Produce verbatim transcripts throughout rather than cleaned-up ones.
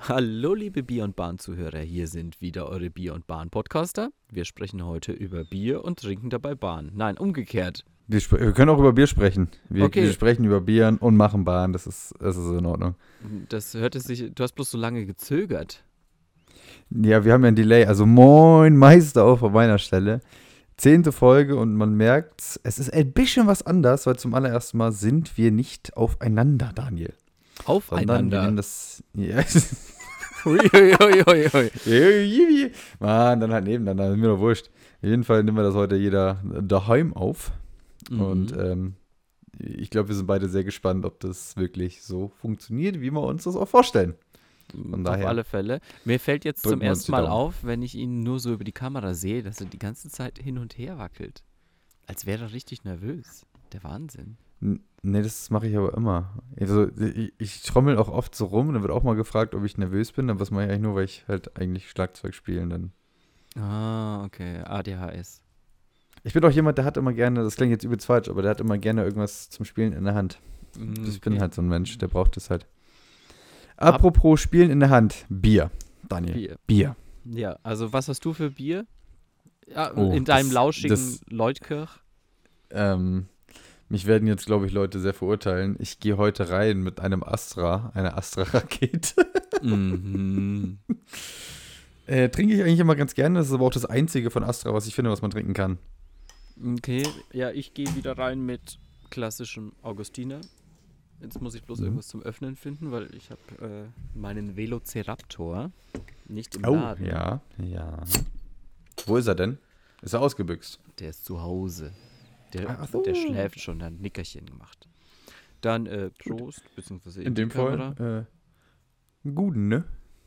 Hallo liebe Bier- und Bahn-Zuhörer, hier sind wieder eure Bier- und Bahn-Podcaster. Wir sprechen heute über Bier und trinken dabei Bahn. Nein, umgekehrt. Wir, spre- wir können auch über Bier sprechen. Wir, Okay. wir sprechen über Bier und machen Bahn, das ist, das ist in Ordnung. Das hörte sich, du hast bloß so lange gezögert. Ja, wir haben ja ein Delay, also moin Meister auch von meiner Stelle. Zehnte Folge und man merkt, es ist ein bisschen was anders, weil zum allerersten Mal sind wir nicht aufeinander, Daniel. Sondern wir Aufeinander. nehmen das, ja. Hui, hui, hui, hui, hui. Mann, dann halt nebeneinander, ist mir doch wurscht. Auf jeden Fall nehmen wir das heute jeder daheim auf. Mhm. Und ähm, ich glaube, wir sind beide sehr gespannt, ob das wirklich so funktioniert, wie wir uns das auch vorstellen. Von Auf daher alle Fälle. Mir fällt jetzt drücken zum wir uns ersten die Mal Daumen. auf, wenn ich ihn nur so über die Kamera sehe, dass er die ganze Zeit hin und her wackelt. Als wäre er richtig nervös. Der Wahnsinn. N- Nee, das mache ich aber immer. Also ich, ich trommel auch oft so rum und dann wird auch mal gefragt, ob ich nervös bin. Aber das mache ich eigentlich nur, weil ich halt eigentlich Schlagzeug spiele. Und dann Ah, okay. A D H S. ich bin auch jemand, der hat immer gerne, das klingt jetzt übelst falsch, aber der hat immer gerne irgendwas zum Spielen in der Hand. Mm, Ich bin okay. halt so ein Mensch, der braucht das halt. Apropos Spielen in der Hand. Bier, Daniel. Bier. Bier. Ja, also was hast du für Bier? Ja, Oh, in deinem das- lauschigen das- Leutkirch? Ähm, mich werden jetzt, glaube ich, Leute sehr verurteilen. Ich gehe heute rein mit einem Astra, einer Astra-Rakete. Mhm. äh, trinke ich eigentlich immer ganz gerne. Das ist aber auch das Einzige von Astra, was ich finde, was man trinken kann. Okay, ja, ich gehe wieder rein mit klassischem Augustiner. Jetzt muss ich bloß Mhm. irgendwas zum Öffnen finden, weil ich habe äh, meinen Velociraptor nicht im Oh, Laden. ja, ja. Wo ist er denn? Ist er ausgebüxt? Der ist zu Hause. Der, Ach so. der schläft schon, der hat ein Nickerchen gemacht. Dann äh, Prost, beziehungsweise In die dem Kamera. Fall äh, einen guten, ne?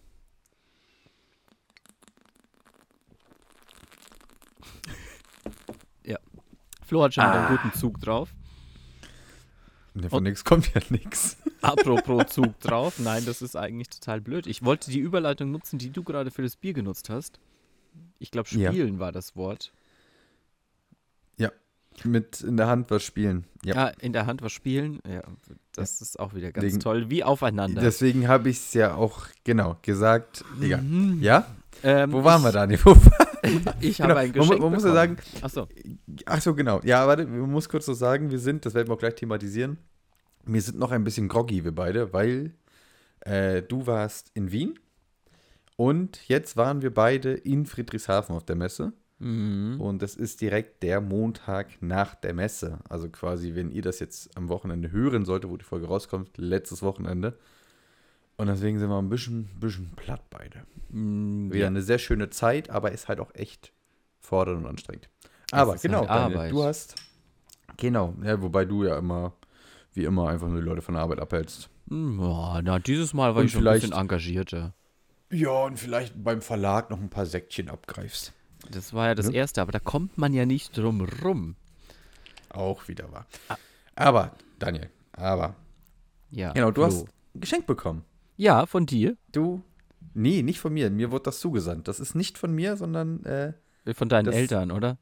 Flo hat schon wieder Ah. einen guten Zug drauf. Ne, von Und- nix kommt ja nix. Apropos Zug drauf. Nein, das ist eigentlich total blöd. Ich wollte die Überleitung nutzen, die du gerade für das Bier genutzt hast. Ich glaube, Ja. spielen war das Wort. Mit in der Hand was spielen. Ja. Ja, in der Hand was spielen. Ja, das ist auch wieder ganz Wegen- toll. Wie aufeinander. Deswegen habe ich es ja auch, genau, gesagt. Egal. Mhm. Ja? Ähm, Wo waren ich, wir, Daniel? Wo war- Ich Genau, habe ein man, mu- Geschenk man muss ja bekommen. sagen, Achso. ach so, genau. Ja, warte, man muss kurz so sagen, wir sind, das werden wir auch gleich thematisieren, wir sind noch ein bisschen groggy, wir beide, weil äh, du warst in Wien und jetzt waren wir beide in Friedrichshafen auf der Messe Mhm. und das ist direkt der Montag nach der Messe. Also quasi, wenn ihr das jetzt am Wochenende hören solltet, wo die Folge rauskommt, letztes Wochenende. Und deswegen sind wir ein bisschen, bisschen platt beide. Mm, Wieder ja. eine sehr schöne Zeit, aber ist halt auch echt fordernd und anstrengend. Aber ist genau, halt Daniel, Arbeit. du hast. Genau, ja, wobei du ja immer, wie immer, einfach nur die Leute von der Arbeit abhältst. Hm, ja, na, dieses Mal war Und ich schon ein vielleicht- bisschen engagierter. Ja, und vielleicht beim Verlag noch ein paar Säckchen abgreifst. Das war ja das Ne? Erste, aber da kommt man ja nicht drum rum. Auch wieder wahr. Ah. Aber, Daniel, aber. Ja, Genau, du Flo. hast ein Geschenk bekommen. Ja, von dir? Du. Nee, nicht von mir. Mir wurde das zugesandt. Das ist nicht von mir, sondern, äh, Von deinen Das- Eltern, oder?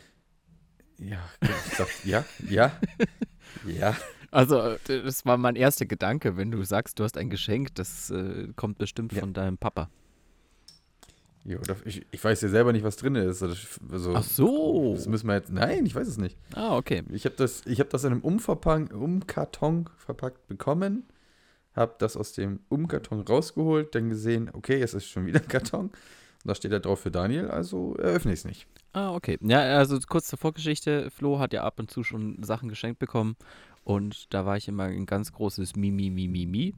ja, ich sag, ja, ja, ja. Also, äh, das war mein erster Gedanke, wenn du sagst, du hast ein Geschenk, das äh, kommt bestimmt Ja. von deinem Papa. Ja, oder ich, ich weiß ja selber nicht, was drin ist. Also, Ach so. Das müssen wir jetzt. Nein, ich weiß es nicht. Ah, okay. Ich habe das, ich hab das in einem Umverpack, Umkarton verpackt bekommen. Habe das aus dem Umkarton rausgeholt, dann gesehen, okay, es ist schon wieder ein Karton. Und da steht da drauf für Daniel, also eröffne ich es nicht. Ah, okay. Ja, also kurz zur Vorgeschichte. Flo hat ja ab und zu schon Sachen geschenkt bekommen und da war ich immer ein ganz großes Mimi, Mimi, Mi.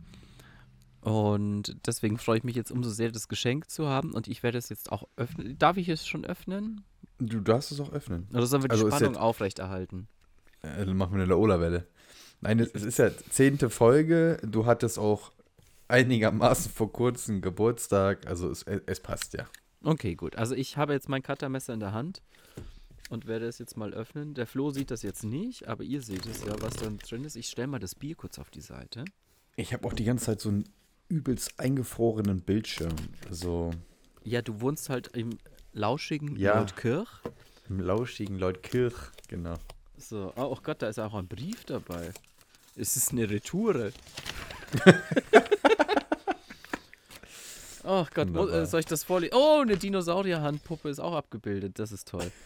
Und deswegen freue ich mich jetzt umso sehr, das Geschenk zu haben und ich werde es jetzt auch öffnen. Darf ich es schon öffnen? Du darfst es auch öffnen. Oder sollen wir die Also ist Spannung jetzt- aufrechterhalten? Äh, dann machen wir eine Laola-Welle. Nein, es es ist ja zehnte Folge. Du hattest auch einigermaßen vor kurzem Geburtstag. Also es, es passt ja. Okay, gut. Also ich habe jetzt mein Cuttermesser in der Hand und werde es jetzt mal öffnen. Der Flo sieht das jetzt nicht, aber ihr seht es ja, was da drin ist. Ich stelle mal das Bier kurz auf die Seite. Ich habe auch die ganze Zeit so einen übelst eingefrorenen Bildschirm. Also Ja, du wohnst halt im lauschigen Ja. Leutkirch. im lauschigen Leutkirch, genau. So, oh, oh Gott, da ist auch ein Brief dabei. Es ist eine Retoure. Oh Gott, wo, äh, soll ich das vorlesen? Oh, eine Dinosaurier-Handpuppe ist auch abgebildet. Das ist toll.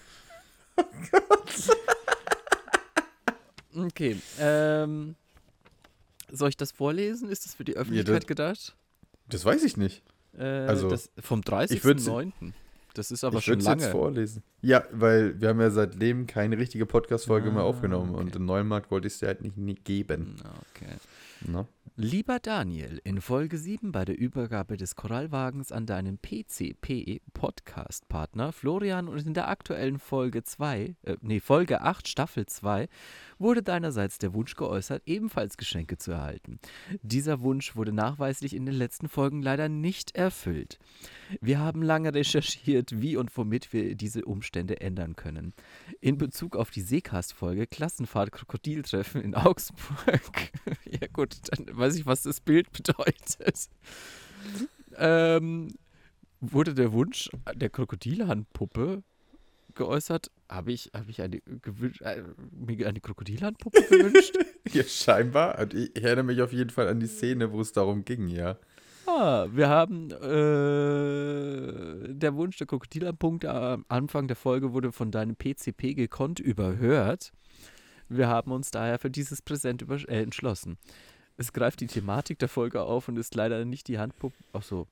Okay, ähm, soll ich das vorlesen? Ist das für die Öffentlichkeit Ja, das, gedacht? das weiß ich nicht. Äh, Also, das, vom ich dreißigsten würde neunten Das ist aber ich schon würde es jetzt lange. vorlesen. Ja, weil wir haben ja seitdem keine richtige Podcast-Folge Ah, mehr aufgenommen okay. und im Neumarkt wollte ich es dir halt nicht, nicht geben. Okay. Ne? Lieber Daniel, in Folge sieben bei der Übergabe des Korallwagens an deinen P C P-Podcast-Partner Florian und in der aktuellen Folge zwei, äh, nee, Folge acht, Staffel zwei, wurde deinerseits der Wunsch geäußert, ebenfalls Geschenke zu erhalten. Dieser Wunsch wurde nachweislich in den letzten Folgen leider nicht erfüllt. Wir haben lange recherchiert, wie und womit wir diese Umstände ändern können. In Bezug auf die Seecast-Folge Klassenfahrt Krokodiltreffen in Augsburg, ja gut, dann weiß ich, was das Bild bedeutet, ähm, wurde der Wunsch der Krokodilhandpuppe geäußert. Habe ich, hab ich eine, gewün- äh, mir eine Krokodilhandpuppe gewünscht? Ja, scheinbar. Und ich erinnere mich auf jeden Fall an die Szene, wo es darum ging, ja. Ah, wir haben äh, der Wunsch der Krokodilhandpuppe am Anfang der Folge wurde von deinem P C P gekonnt überhört. Wir haben uns daher für dieses Präsent über, äh, entschlossen. Es greift die Thematik der Folge auf und ist leider nicht die Handpuppe. Ach so.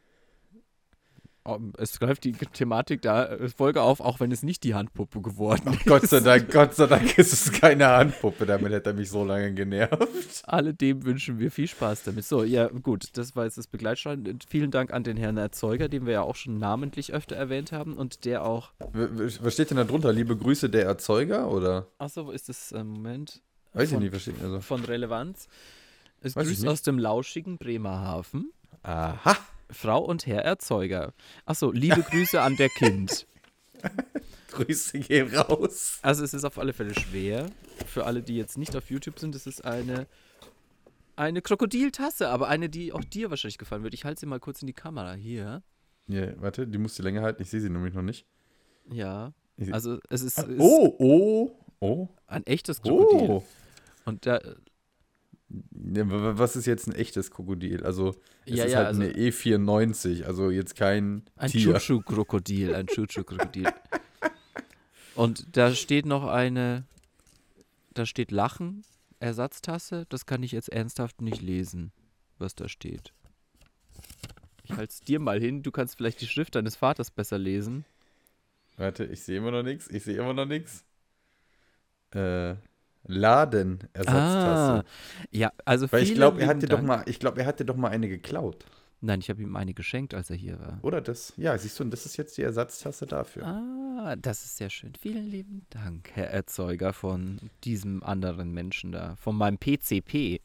Um, es greift die Thematik der äh, Folge auf, auch wenn es nicht die Handpuppe geworden ist. Gott sei Dank, Gott sei Dank ist es keine Handpuppe, damit hätte er mich so lange genervt. Alledem wünschen wir viel Spaß damit. So, ja, gut, das war jetzt das Begleitschreiben. Vielen Dank an den Herrn Erzeuger, den wir ja auch schon namentlich öfter erwähnt haben und der auch. Was steht denn da drunter? Liebe Grüße der Erzeuger, oder? Achso, wo ist das? Äh, Moment. Weiß von, ich nicht, was steht also. Von Relevanz. Es Weiß ich grüßt nicht. aus dem lauschigen Bremerhaven. Aha. Frau und Herr Erzeuger. Achso, liebe Grüße an der Kind. Grüße gehen raus. Also es ist auf alle Fälle schwer. Für alle, die jetzt nicht auf YouTube sind, es ist eine, eine Krokodiltasse, aber eine, die auch dir wahrscheinlich gefallen wird. Ich halte sie mal kurz in die Kamera. Hier. Ja, warte, die musst du länger halten. Ich sehe sie nämlich noch nicht. Ja. Ich- Also es ist, Ah, ist oh, oh, oh. ein echtes Krokodil. Oh. Und da, Ja, wa- wa- was ist jetzt ein echtes Krokodil? Also, es Ja, ist ja, halt also- eine E vierundneunzig, also jetzt kein ein Tier. Chuchu-Krokodil, ein Chuchu-Krokodil. Und da steht noch eine, da steht Lachen, Ersatztasse. Das kann ich jetzt ernsthaft nicht lesen, was da steht. Ich halte es dir mal hin, du kannst vielleicht die Schrift deines Vaters besser lesen. Warte, ich sehe immer noch nichts. Ich sehe immer noch nichts. Äh, Laden-Ersatztasse. Ah, ja, also Weil ich vielen glaube, er lieben hatte doch Dank. mal, ich glaube, er hatte doch mal eine geklaut. Nein, ich habe ihm eine geschenkt, als er hier war. Oder das? Ja, siehst du, und das ist jetzt die Ersatztasse dafür. Ah, das ist sehr schön. Vielen lieben Dank, Herr Erzeuger von diesem anderen Menschen da, von meinem P C P.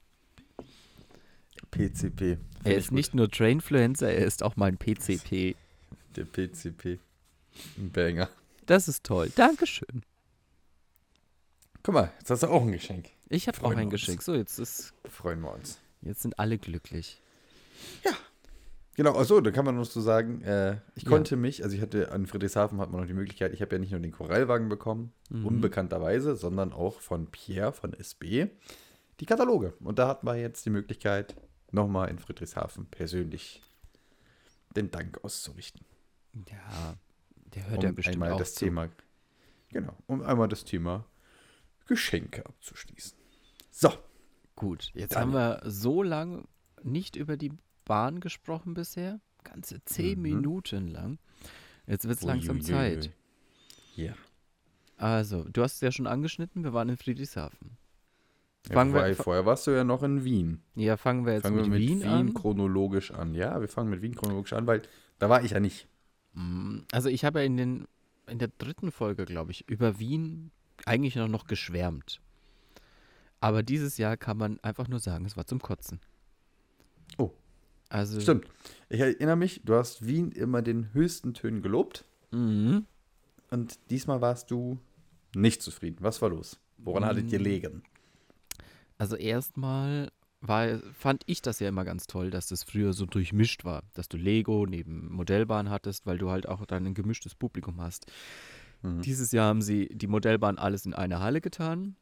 P C P. Find Er ich ist gut. nicht nur Trainfluencer, er ist auch mein P C P. Der P C P. Ein Banger. Das ist toll. Dankeschön. Guck mal, jetzt hast du auch ein Geschenk. Ich habe auch Freuen ein wir uns. Geschenk. So, jetzt ist, Freuen wir uns. jetzt sind alle glücklich. Genau, achso, da kann man noch so sagen, äh, ich Ja. konnte mich, also ich hatte an Friedrichshafen hat man noch die Möglichkeit, ich habe ja nicht nur den Korallwagen bekommen, Mhm. unbekannterweise, sondern auch von Pierre von S B die Kataloge. Und da hatten wir jetzt die Möglichkeit, nochmal in Friedrichshafen persönlich den Dank auszurichten. Ja, der hört Um ja bestimmt einmal auch das zu. Thema, genau, um einmal das Thema Geschenke abzuschließen. So, Gut, jetzt Dann- haben wir so lang nicht über die Bahn gesprochen bisher. Ganze zehn Mhm. Minuten lang. Jetzt wird es langsam Uiuiui. Zeit. Ja. Also, du hast es ja schon angeschnitten, wir waren in Friedrichshafen. Ja, Fangen wir- wobei, vorher warst du ja noch in Wien. Ja, fangen wir jetzt Fangen mit, wir mit Wien, Wien, an. chronologisch an. Ja, wir fangen mit Wien chronologisch an, weil da war ich ja nicht. Mm, Also ich habe ja in, den, in der dritten Folge, glaube ich, über Wien eigentlich noch, noch geschwärmt. Aber dieses Jahr kann man einfach nur sagen, es war zum Kotzen. Oh. Also, Stimmt. Ich erinnere mich, du hast Wien immer den höchsten Tönen gelobt Mhm. und diesmal warst du nicht zufrieden. Was war los? Woran hattet ihr Mm. legen? Also erstmal war, fand ich das ja immer ganz toll, dass das früher so durchmischt war. Dass du Lego neben Modellbahn hattest, weil du halt auch dann ein gemischtes Publikum hast. Mhm. Dieses Jahr haben sie die Modellbahn alles in eine Halle getan.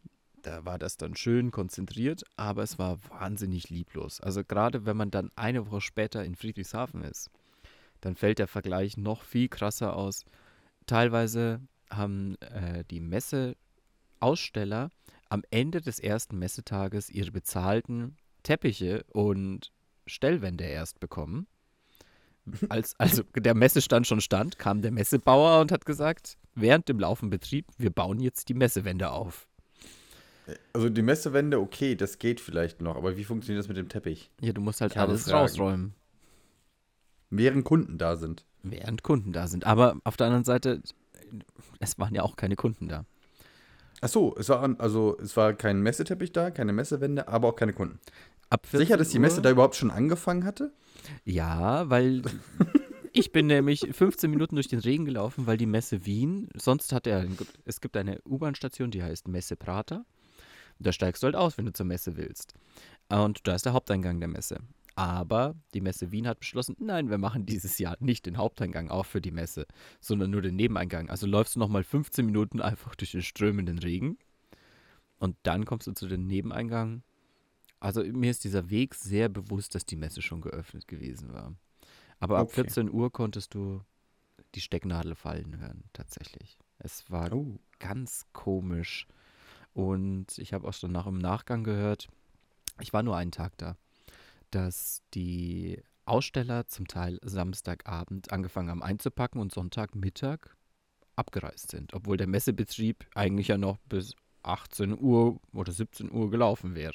Da war das dann schön konzentriert, aber es war wahnsinnig lieblos. Also gerade wenn man dann eine Woche später in Friedrichshafen ist, dann fällt der Vergleich noch viel krasser aus. Teilweise haben äh, die Messeaussteller am Ende des ersten Messetages ihre bezahlten Teppiche und Stellwände erst bekommen. Als also der Messestand schon stand, kam der Messebauer und hat gesagt, während dem laufenden Betrieb, wir bauen jetzt die Messewände auf. Also die Messewände, okay, das geht vielleicht noch, aber wie funktioniert das mit dem Teppich? Ja, du musst halt Ich habe alles Fragen. rausräumen, Während Kunden da sind. während Kunden da sind. Aber auf der anderen Seite, es waren ja auch keine Kunden da. Ach so, es war, an- also, es war kein Messeteppich da, keine Messewände, aber auch keine Kunden. Ab Sicher, dass die vierzehn Messe Uhr? da überhaupt schon angefangen hatte? Ja, weil ich bin nämlich fünfzehn Minuten durch den Regen gelaufen, weil die Messe Wien, sonst hat er, es gibt eine U-Bahn-Station, die heißt Messe Prater. Da steigst du halt aus, wenn du zur Messe willst. Und da ist der Haupteingang der Messe. Aber die Messe Wien hat beschlossen, nein, wir machen dieses Jahr nicht den Haupteingang auf für die Messe, sondern nur den Nebeneingang. Also läufst du nochmal fünfzehn Minuten einfach durch den strömenden Regen und dann kommst du zu dem Nebeneingang. Also mir ist dieser Weg sehr bewusst, dass die Messe schon geöffnet gewesen war. Aber ab Okay. vierzehn Uhr konntest du die Stecknadel fallen hören, tatsächlich. Es war Oh. ganz komisch. Und ich habe auch schon nach im Nachgang gehört, ich war nur einen Tag da, dass die Aussteller zum Teil Samstagabend angefangen haben einzupacken und Sonntagmittag abgereist sind, obwohl der Messebetrieb eigentlich ja noch bis achtzehn Uhr oder siebzehn Uhr gelaufen wäre.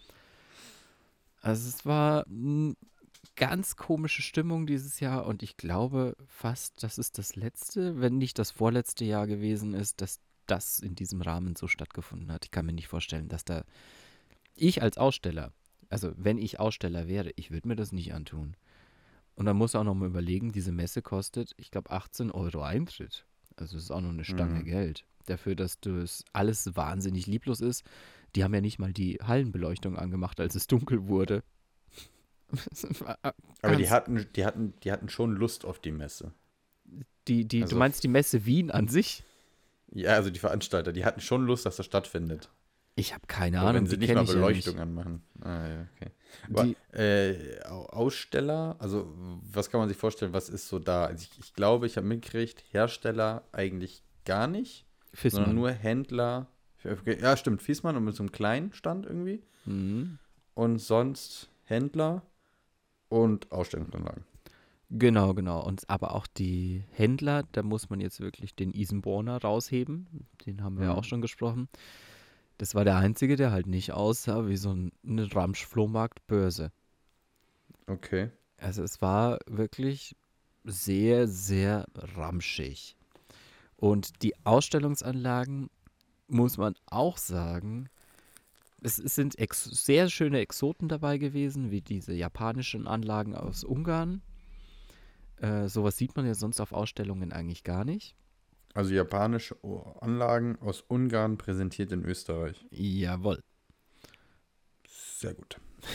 Also es war eine ganz komische Stimmung dieses Jahr und ich glaube fast, dass es das letzte, wenn nicht das vorletzte Jahr gewesen ist, dass das in diesem Rahmen so stattgefunden hat. Ich kann mir nicht vorstellen, dass da ich als Aussteller, also wenn ich Aussteller wäre, ich würde mir das nicht antun. Und dann muss auch noch mal überlegen, diese Messe kostet, ich glaube, achtzehn Euro Eintritt. Also das ist auch noch eine Stange Mhm. Geld. Dafür, dass das alles wahnsinnig lieblos ist. Die haben ja nicht mal die Hallenbeleuchtung angemacht, als es dunkel wurde. Das war Aber die ganz- hatten, die hatten, die hatten schon Lust auf die Messe. die, die, du Also- meinst die Messe Wien an sich? Ja, also die Veranstalter, die hatten schon Lust, dass das stattfindet. Ich habe keine Aber Ahnung, wenn sie die nicht kenne mal ich ja Beleuchtung nicht. anmachen. Ah, ja, okay. Aber Die, äh, Au- Aussteller, also was kann man sich vorstellen, was ist so da? Also ich, ich glaube, ich habe mitgekriegt, Hersteller eigentlich gar nicht, sondern Fissmann. nur Händler. Okay, ja, stimmt, Fiesmann und mit so einem kleinen Stand irgendwie. Mhm. Und sonst Händler und Ausstellungsanlagen. Genau, genau. Und aber auch die Händler, da muss man jetzt wirklich den Isenborner rausheben. Den haben wir ja Mhm. auch schon gesprochen. Das war der einzige, der halt nicht aussah wie so ein- eine Ramsch-Flohmarkt-Börse. Okay. Also es war wirklich sehr, sehr ramschig. Und die Ausstellungsanlagen, muss man auch sagen, es, es sind ex sehr schöne Exoten dabei gewesen, wie diese japanischen Anlagen aus Ungarn. Äh, sowas sieht man ja sonst auf Ausstellungen eigentlich gar nicht. Also japanische Anlagen aus Ungarn präsentiert in Österreich. Jawohl. Sehr gut.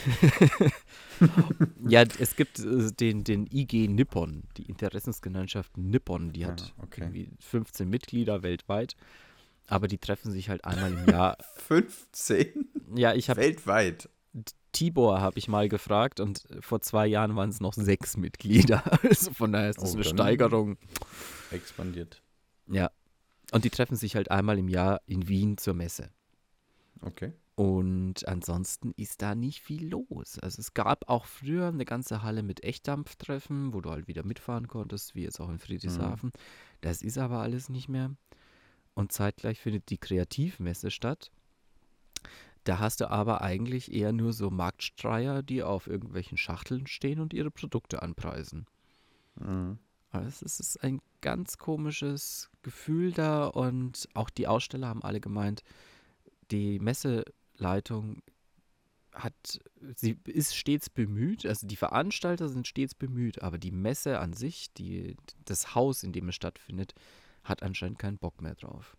Ja, es gibt äh, den, den I G Nippon, die Interessensgemeinschaft Nippon, die hat Ah, okay. irgendwie fünfzehn Mitglieder weltweit, aber die treffen sich halt einmal im Jahr. fünfzehn? Ja, ich habe Weltweit. Tibor habe ich mal gefragt und vor zwei Jahren waren es noch sechs Mitglieder. Also von daher ist das Oh, eine dann- Steigerung. Expandiert. Ja. Und die treffen sich halt einmal im Jahr in Wien zur Messe. Okay. Und ansonsten ist da nicht viel los. Also es gab auch früher eine ganze Halle mit Echtdampftreffen, wo du halt wieder mitfahren konntest, wie jetzt auch in Friedrichshafen. Das ist aber alles nicht mehr. Und zeitgleich findet die Kreativmesse statt. Da hast du aber eigentlich eher nur so Marktschreier, die auf irgendwelchen Schachteln stehen und ihre Produkte anpreisen. Mhm. Also es ist ein ganz komisches Gefühl da und auch die Aussteller haben alle gemeint, die Messeleitung hat, sie ist stets bemüht, also die Veranstalter sind stets bemüht, aber die Messe an sich, die, das Haus, in dem es stattfindet, hat anscheinend keinen Bock mehr drauf.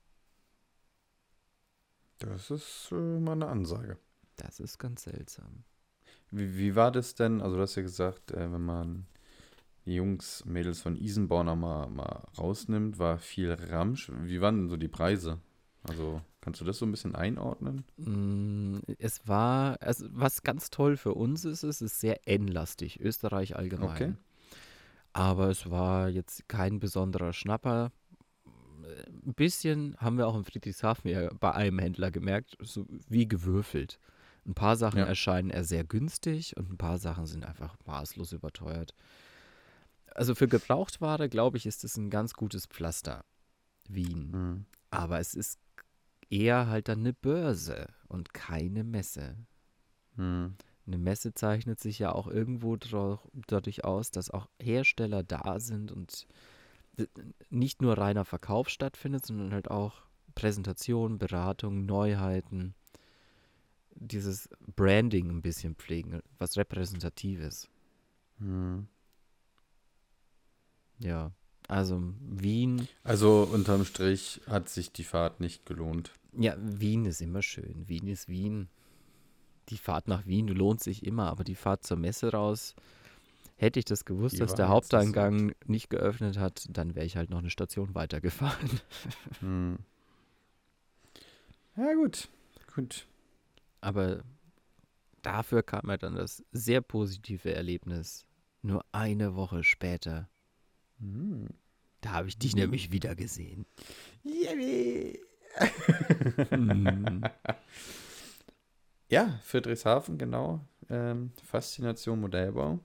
Das ist äh, mal eine Ansage. Das ist ganz seltsam. Wie, wie war das denn? Also du hast ja gesagt, äh, wenn man die Jungs, Mädels von Isenborner mal, mal rausnimmt, war viel Ramsch. Wie waren denn so die Preise? Also kannst du das so ein bisschen einordnen? Mm, Es war, also was ganz toll für uns ist, es ist sehr N-lastig, Österreich Okay. allgemein. Aber es war jetzt kein besonderer Schnapper. Ein bisschen haben wir auch in Friedrichshafen ja bei einem Händler gemerkt, so wie gewürfelt. Ein paar Sachen Ja. erscheinen eher sehr günstig und ein paar Sachen sind einfach maßlos überteuert. Also für Gebrauchtware, glaube ich, ist es ein ganz gutes Pflaster, Wien. Mhm. Aber es ist eher halt dann eine Börse und keine Messe. Mhm. Eine Messe zeichnet sich ja auch irgendwo drau- dadurch aus, dass auch Hersteller da sind und d- nicht nur reiner Verkauf stattfindet, sondern halt auch Präsentation, Beratung, Neuheiten, dieses Branding ein bisschen pflegen, was Repräsentatives. Mhm. Ja, also Wien, Also unterm Strich hat sich die Fahrt nicht gelohnt. ja, Wien ist immer schön. Wien ist Wien. Die Fahrt nach Wien lohnt sich immer, aber die Fahrt zur Messe raus, hätte ich das gewusst, Die dass war der jetzt nicht so gut. Haupteingang nicht geöffnet hat, dann wäre ich halt noch eine Station weitergefahren. Mhm. Ja, gut. Gut. Aber dafür kam mir dann das sehr positive Erlebnis. Nur eine Woche später. Mhm. Da habe ich dich Mhm. nämlich wieder gesehen. Yippie. Hm. Ja, Friedrichshafen, genau. Ähm, Faszination Modellbau.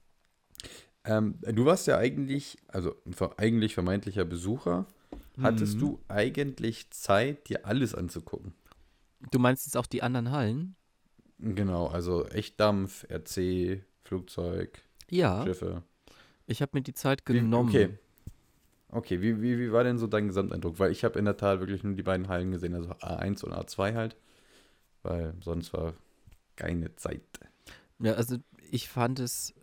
Ähm, du warst ja eigentlich, also ein ver- eigentlich vermeintlicher Besucher. Hattest Hm. du eigentlich Zeit, dir alles anzugucken? Du meinst jetzt auch die anderen Hallen? Genau, also Echtdampf, R C, Flugzeug, Ja, Schiffe. ich habe mir die Zeit Wie, okay, genommen. okay, wie, wie, wie war denn so dein Gesamteindruck? Weil ich habe in der Tat wirklich nur die beiden Hallen gesehen, also A eins und A zwei halt, weil sonst war keine Zeit. Ja, also ich fand es,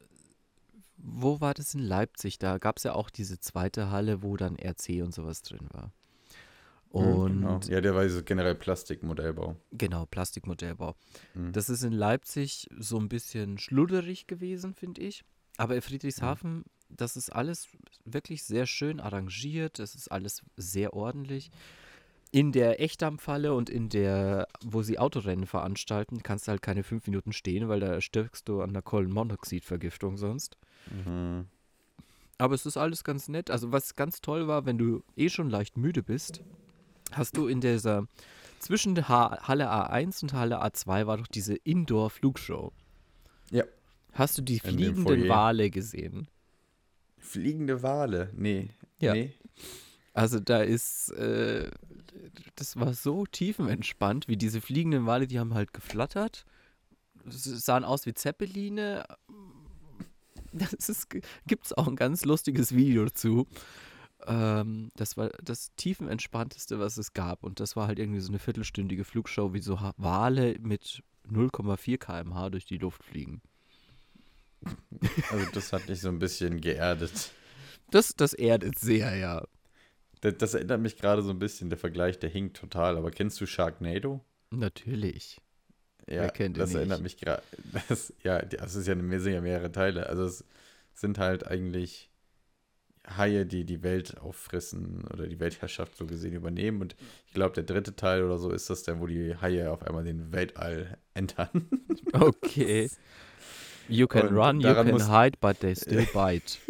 wo war das in Leipzig? Da gab es ja auch diese zweite Halle, wo dann R C und sowas drin war. Mhm, genau. Und Ja, der war so generell Plastikmodellbau. genau, Plastikmodellbau. Mhm, Das ist in Leipzig so ein bisschen schludderig gewesen, finde ich. Aber in mhm, Friedrichshafen, das ist alles wirklich sehr schön arrangiert. Das ist alles sehr ordentlich. In der Echtdampfhalle und in der, wo sie Autorennen veranstalten, kannst du halt keine fünf Minuten stehen, weil da stirbst du an der Kohlenmonoxidvergiftung sonst. mhm. Aber es ist alles ganz nett. Also was ganz toll war, wenn du eh schon leicht müde bist, hast du in dieser, zwischen der ha Halle A eins und Halle A zwei war doch diese Indoor-Flugshow. Ja, Hast du die in dem fliegenden Foyer. Wale gesehen? Fliegende Wale. Nee, Ja. nee. Also da ist, äh, das war so tiefenentspannt, wie diese fliegenden Wale, die haben halt geflattert, s- sahen aus wie Zeppeline. Das ist, gibt's auch ein ganz lustiges Video dazu. Ähm, das war das tiefenentspannteste, was es gab. Und das war halt irgendwie so eine viertelstündige Flugshow, wie so Ha- Wale mit null Komma vier Kilometer pro Stunde durch die Luft fliegen. Also das hat mich so ein bisschen geerdet. Das, das erdet sehr, ja. Das, das erinnert mich gerade so ein bisschen, der Vergleich, der hinkt total. Aber kennst du Sharknado? Natürlich. Wer Ja, kennt ihn das erinnert nicht? mich gerade. Das, ja, das ist ja, eine, sind ja mehrere Teile. Also es sind halt eigentlich Haie, die die Welt auffressen oder die Weltherrschaft so gesehen übernehmen. Und ich glaube, der dritte Teil oder so ist das dann, wo die Haie auf einmal den Weltall entern. Okay. You can Und run, you daran can muss, hide, but they still bite.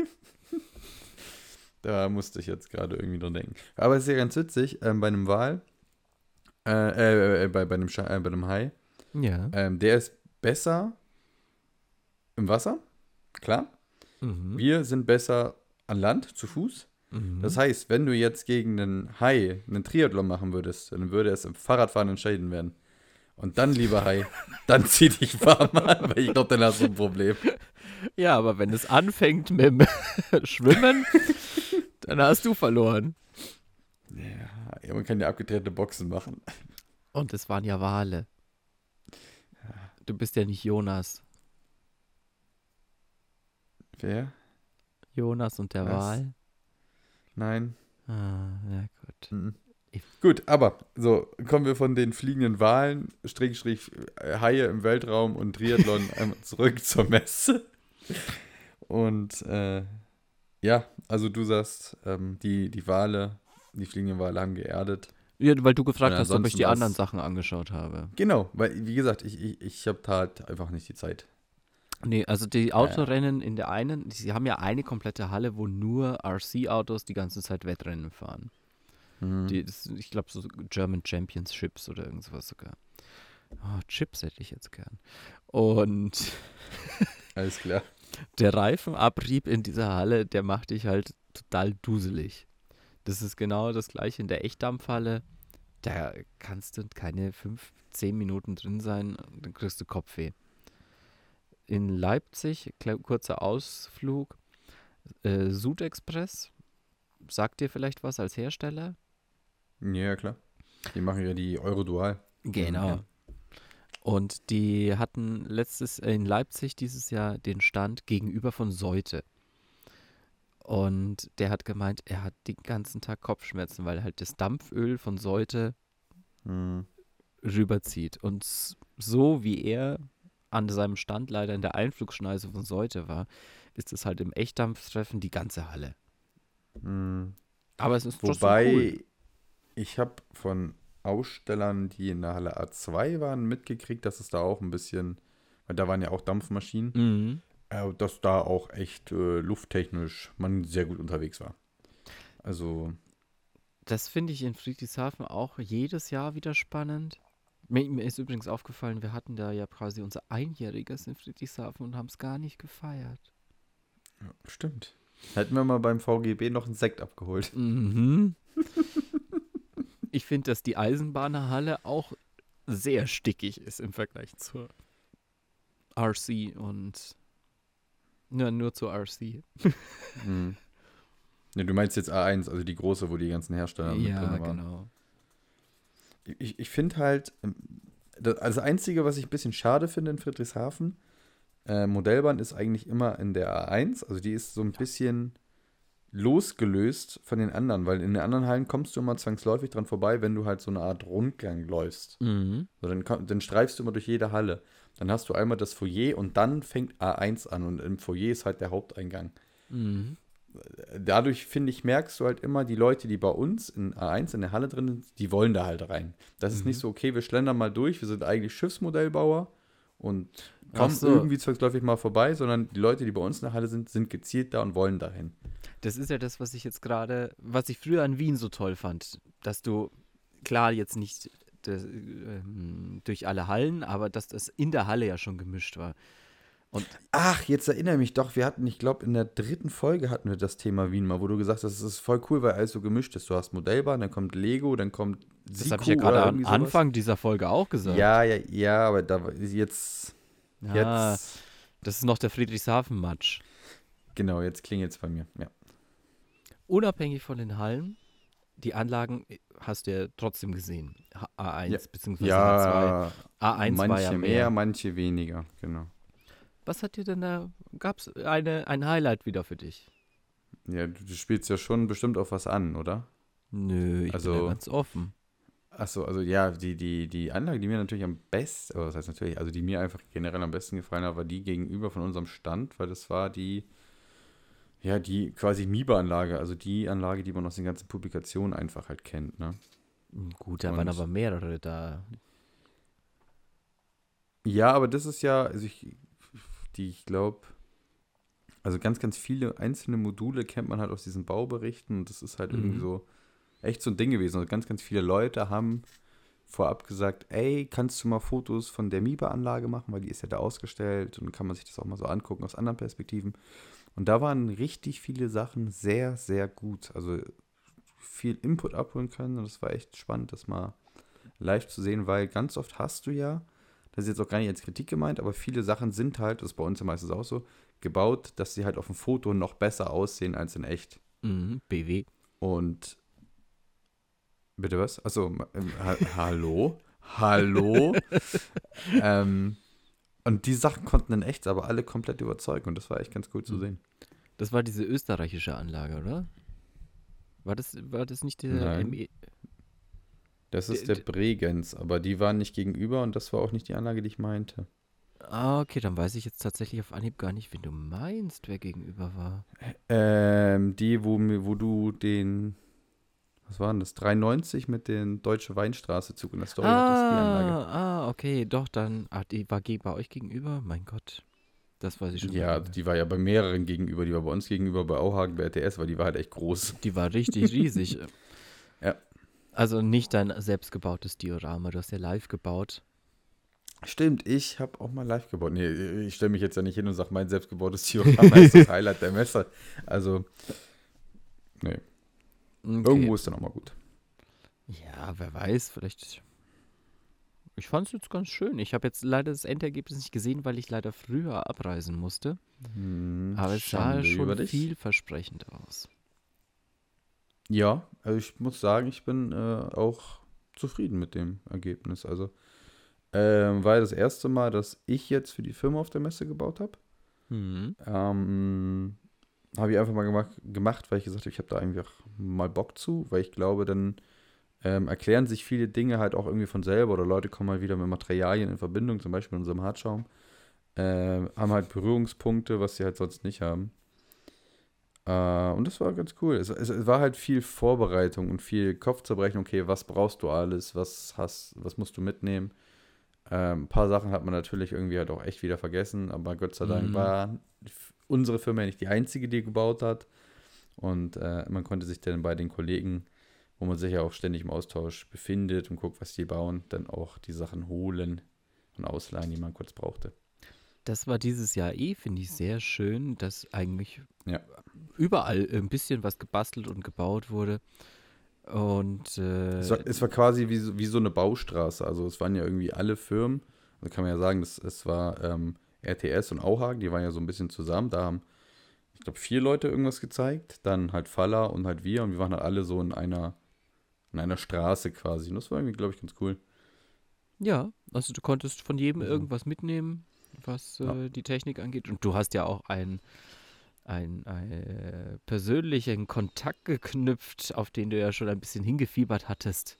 da musste ich jetzt gerade irgendwie dran denken. Aber es ist ja ganz witzig, ähm, bei einem Wal, äh, äh, äh, bei, bei, einem Scha äh, bei einem Hai, Ja. ähm, der ist besser im Wasser, klar. Mhm. Wir sind besser an Land, zu Fuß. Das Mhm. heißt, wenn du jetzt gegen einen Hai einen Triathlon machen würdest, dann würde es im Fahrradfahren entscheiden werden. Und dann, lieber Hai, dann zieh dich warm an, weil ich glaube, dann hast du ein Problem. Ja, aber wenn es anfängt mit dem Schwimmen, dann hast du verloren. Ja, man kann ja abgetrennte Boxen machen. Und es waren ja Wale. Du bist ja nicht Jonas. Wer? Jonas und der Was? Wal. Nein. Ah, ja gut. Mhm. Gut, aber so, kommen wir von den fliegenden Walen, Strich, Strich, äh, Haie im Weltraum und Triathlon einmal zurück zur Messe. Und äh, ja, also du sagst, ähm, die, die Wale, die fliegenden Wale haben geerdet. Ja, weil du gefragt Und hast, ob ich ansonsten die war anderen es, Sachen angeschaut habe. genau, weil, wie gesagt, ich, ich, ich habe da halt einfach nicht die Zeit. Nee, also die Äh, Autorennen in der einen, sie haben ja eine komplette Halle, wo nur R C-Autos die ganze Zeit Wettrennen fahren. hm, Die, das, ich glaube, so German Championships oder irgendwas sogar. Oh, Chips hätte ich jetzt gern. Und alles klar. der Reifenabrieb in dieser Halle, der macht dich halt total duselig. Das ist genau das gleiche in der Echtdampfhalle. Da kannst du keine fünf, zehn Minuten drin sein, dann kriegst du Kopfweh. In Leipzig, kle- kurzer Ausflug, äh, Sudexpress, sagt dir vielleicht was als Hersteller? Ja, klar. Die machen ja die Eurodual. Hm, ja. Genau. Und die hatten letztes äh, in Leipzig dieses Jahr den Stand gegenüber von Seute. Und der hat gemeint, er hat den ganzen Tag Kopfschmerzen, weil halt das Dampföl von Seute Hm, rüberzieht. Und s- so wie er an seinem Stand leider in der Einflugschneise von Seute war, ist es halt im Echtdampftreffen die ganze Halle. hm. Aber es ist trotzdem cool. Wobei, ich habe von Ausstellern, die in der Halle A zwei waren, mitgekriegt, dass es da auch ein bisschen, weil da waren ja auch Dampfmaschinen, Mhm. äh, dass da auch echt äh, lufttechnisch man sehr gut unterwegs war. Also, Das finde ich in Friedrichshafen auch jedes Jahr wieder spannend. Mir, mir ist übrigens aufgefallen, wir hatten da ja quasi unser Einjähriges in Friedrichshafen und haben es gar nicht gefeiert. stimmt. Hätten wir mal beim V G B noch einen Sekt abgeholt. Mhm. Ich finde, dass die Eisenbahnerhalle auch sehr stickig ist im Vergleich zur R C und ja, nur zur R C. Hm. Ne, du meinst jetzt A eins, also die große, wo die ganzen Hersteller mit Ja, drin waren. genau. Ich, ich finde halt, ähm, das, also das Einzige, was ich ein bisschen schade finde in Friedrichshafen, äh, Modellbahn ist eigentlich immer in der A eins, also die ist so ein bisschen losgelöst von den anderen, weil in den anderen Hallen kommst du immer zwangsläufig dran vorbei, wenn du halt so eine Art Rundgang läufst. Mhm. So, dann, komm- dann streifst du immer durch jede Halle. Dann hast du einmal das Foyer und dann fängt A eins an und im Foyer ist halt der Haupteingang. Mhm. Dadurch, finde ich, merkst du halt immer, die Leute, die bei uns in A eins in der Halle drin sind, die wollen da halt rein. Das ist nicht Mhm. so, okay, wir schlendern mal durch, wir sind eigentlich Schiffsmodellbauer und Ach kommen so, irgendwie zwangsläufig mal vorbei, sondern die Leute, die bei uns in der Halle sind, sind gezielt da und wollen dahin. das ist ja das, was ich jetzt gerade, was ich früher an Wien so toll fand, dass du, klar, jetzt nicht das, ähm, durch alle Hallen, aber dass das in der Halle ja schon gemischt war. Und Ach, jetzt erinnere mich doch, wir hatten, ich glaube, in der dritten Folge hatten wir das Thema Wien mal, wo du gesagt hast, es ist voll cool, weil alles so gemischt ist. Du hast Modellbahn, dann kommt Lego, dann kommt das habe ich ja Siku gerade oder am irgendwie sowas. Anfang dieser Folge auch gesagt. Ja, ja, ja, aber da war- jetzt, Ja, jetzt, das ist noch der Friedrichshafen-Match. genau, jetzt klingelt es bei mir. Ja. Unabhängig von den Hallen, die Anlagen äh, hast du ja trotzdem gesehen. H- Ja, A eins bzw. H zwei. ja, A eins war ja manche mehr, mehr. manche weniger, genau. Was hat dir denn da, gab es eine, ein Highlight wieder für dich? Ja, du, du spielst ja schon bestimmt auf was an, oder? Nö, ich bin da Also, ganz offen. achso, also ja, die, die, die Anlage, die mir natürlich am besten, oder was heißt natürlich, also die mir einfach generell am besten gefallen hat, war die gegenüber von unserem Stand, weil das war die, ja, die quasi MIBA-Anlage, also die Anlage, die man aus den ganzen Publikationen einfach halt kennt, ne? Hm, Gut, da waren Und aber mehrere da. ja, aber das ist ja, also ich, die, ich glaube, also ganz, ganz viele einzelne Module kennt man halt aus diesen Bauberichten und das ist halt irgendwie Mhm. so echt so ein Ding gewesen. Also ganz, ganz viele Leute haben vorab gesagt, ey, kannst du mal Fotos von der MIBA-Anlage machen, weil die ist ja da ausgestellt und dann kann man sich das auch mal so angucken aus anderen Perspektiven. Und da waren richtig viele Sachen sehr, sehr gut. Also viel Input abholen können und das war echt spannend, das mal live zu sehen, weil ganz oft hast du ja, das ist jetzt auch gar nicht als Kritik gemeint, aber viele Sachen sind halt, das ist bei uns ja meistens auch so, gebaut, dass sie halt auf dem Foto noch besser aussehen als in echt. Mhm. B W. Und bitte was? Achso, ähm, ha hallo? Hallo? ähm, und die Sachen konnten in echt aber alle komplett überzeugen und das war echt ganz cool zu Mhm. sehen. Das war diese österreichische Anlage, oder? War das, war das nicht der Nein, M E? das Der, ist der der, Bregenz, aber die waren nicht gegenüber und das war auch nicht die Anlage, die ich meinte. ah, okay, dann weiß ich jetzt tatsächlich auf Anhieb gar nicht, wen du meinst, wer gegenüber war. Ähm, die, wo, mir- wo du den was war denn das? dreiundneunzig mit dem Deutsche Weinstraße Zug in der Story hat das die Anlage. Ah, ah, okay, doch, dann, ah, die war ge- bei euch gegenüber? Mein Gott, das weiß ich schon Ja, gar nicht mehr. die war ja bei mehreren gegenüber. Die war bei uns gegenüber, bei Auhagen, bei R T S, weil die war halt echt groß. Die war richtig riesig. Ja. Also nicht dein selbstgebautes Diorama, du hast ja live gebaut. Stimmt, ich habe auch mal live gebaut. Nee, ich stelle mich jetzt ja nicht hin und sage, mein selbstgebautes Diorama ist das Highlight der Messe. Also, nee, Okay. irgendwo ist dann auch mal gut. Ja, wer weiß, vielleicht. Ich fand es jetzt ganz schön. Ich habe jetzt leider das Endergebnis nicht gesehen, weil ich leider früher abreisen musste. Hm, Aber es sah Schande über schon dich. vielversprechend aus. Ja, also ich muss sagen, ich bin äh, auch zufrieden mit dem Ergebnis. Also, ähm, war ja das erste Mal, dass ich jetzt für die Firma auf der Messe gebaut habe. Mhm. Ähm, habe ich einfach mal gemacht, gemacht, weil ich gesagt habe, ich habe da einfach mal Bock zu, weil ich glaube, dann ähm, erklären sich viele Dinge halt auch irgendwie von selber oder Leute kommen mal wieder mit Materialien in Verbindung, zum Beispiel in unserem Hartschaum, ähm, haben halt Berührungspunkte, was sie halt sonst nicht haben. Äh, und das war ganz cool. Es, es, es war halt viel Vorbereitung und viel Kopfzerbrechen. Okay, was brauchst du alles? Was hast, was musst du mitnehmen? Ähm, ein paar Sachen hat man natürlich irgendwie halt auch echt wieder vergessen, aber Gott sei Dank Mhm. war unsere Firma ja nicht die einzige, die gebaut hat. Und äh, man konnte sich dann bei den Kollegen, wo man sich ja auch ständig im Austausch befindet und guckt, was die bauen, dann auch die Sachen holen und ausleihen, die man kurz brauchte. Das war dieses Jahr eh, finde ich, sehr schön, dass eigentlich Ja. überall ein bisschen was gebastelt und gebaut wurde. Und Es äh, war, es war quasi wie, so- wie so eine Baustraße. Also es waren ja irgendwie alle Firmen. Also kann man ja sagen, das, es war ähm, R T S und Auhagen, die waren ja so ein bisschen zusammen. Da haben, ich glaube, vier Leute irgendwas gezeigt. Dann halt Faller und halt wir. Und wir waren halt alle so in einer, in einer Straße quasi. Und das war irgendwie, glaube ich, ganz cool. ja, also du konntest von jedem Also, irgendwas mitnehmen, was ja. äh, die Technik angeht. Und du hast ja auch ein ein, äh, persönlichen Kontakt geknüpft, auf den du ja schon ein bisschen hingefiebert hattest.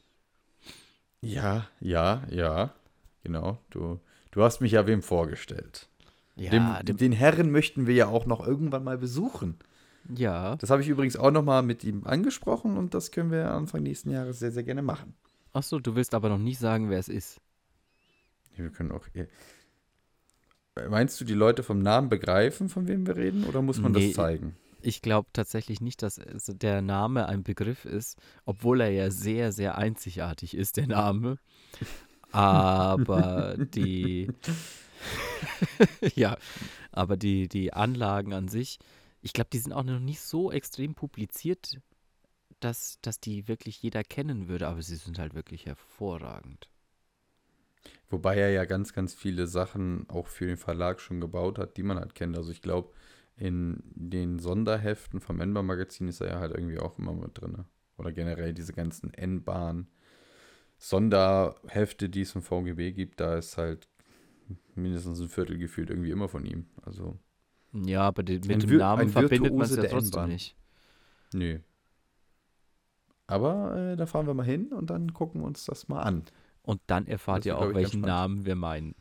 Ja, ja, ja. Genau. Du, du hast mich ja wem vorgestellt. Dem, Ja, dem, den Herren möchten wir ja auch noch irgendwann mal besuchen. ja. Das habe ich übrigens auch noch mal mit ihm angesprochen und das können wir Anfang nächsten Jahres sehr, sehr gerne machen. Achso, du willst aber noch nicht sagen, wer es ist. Wir können auch. eh- Meinst du, die Leute vom Namen begreifen, von wem wir reden, oder muss man das Nee, zeigen? ich glaube tatsächlich nicht, dass es- der Name ein Begriff ist, obwohl er ja sehr, sehr einzigartig ist, der Name. Aber die, ja, aber die, die Anlagen an sich, ich glaube, die sind auch noch nicht so extrem publiziert, dass, dass die wirklich jeder kennen würde, aber sie sind halt wirklich hervorragend. Wobei er ja ganz, ganz viele Sachen auch für den Verlag schon gebaut hat, die man halt kennt. Also ich glaube, in den Sonderheften vom N-Bahn-Magazin ist er ja halt irgendwie auch immer mit drin. Oder generell diese ganzen N-Bahn-Sonderhefte, die es vom V G B gibt, da ist halt mindestens ein Viertel gefühlt irgendwie immer von ihm. Also Ja, aber die, mit ein, dem Wir Namen ein verbindet man es Virtuose ja der trotzdem N-Bahn. nicht. Nö. Aber äh, da fahren wir mal hin und dann gucken wir uns das mal an. Und dann erfahrt Das ihr wird, auch, glaube ich, ganz welchen spannend. Namen wir meinen.